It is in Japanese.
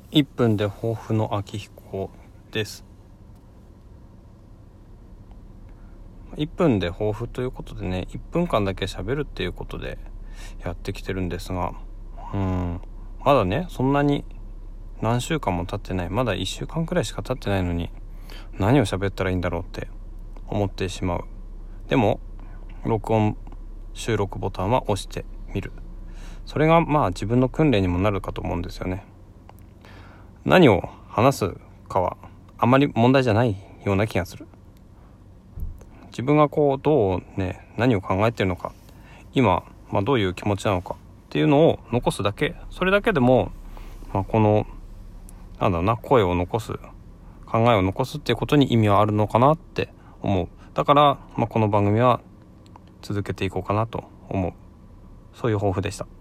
1分で抱負の秋彦です。1分で抱負ということでね、1分間だけ喋るっていうことでやってきてるんですが、まだねそんなに何週間も経ってない、まだ1週間くらいしか経ってないのに何を喋ったらいいんだろうって思ってしまう。でも収録ボタンは押してみる。それが自分の訓練にもなるかと思うんですよね。何を話すかはあまり問題じゃないような気がする。自分が何を考えているのか、今、どういう気持ちなのかっていうのを残すだけ、それだけでも、この声を残す、考えを残すっていうことに意味はあるのかなって思う。だから、この番組は続けていこうかなと思う。そういう抱負でした。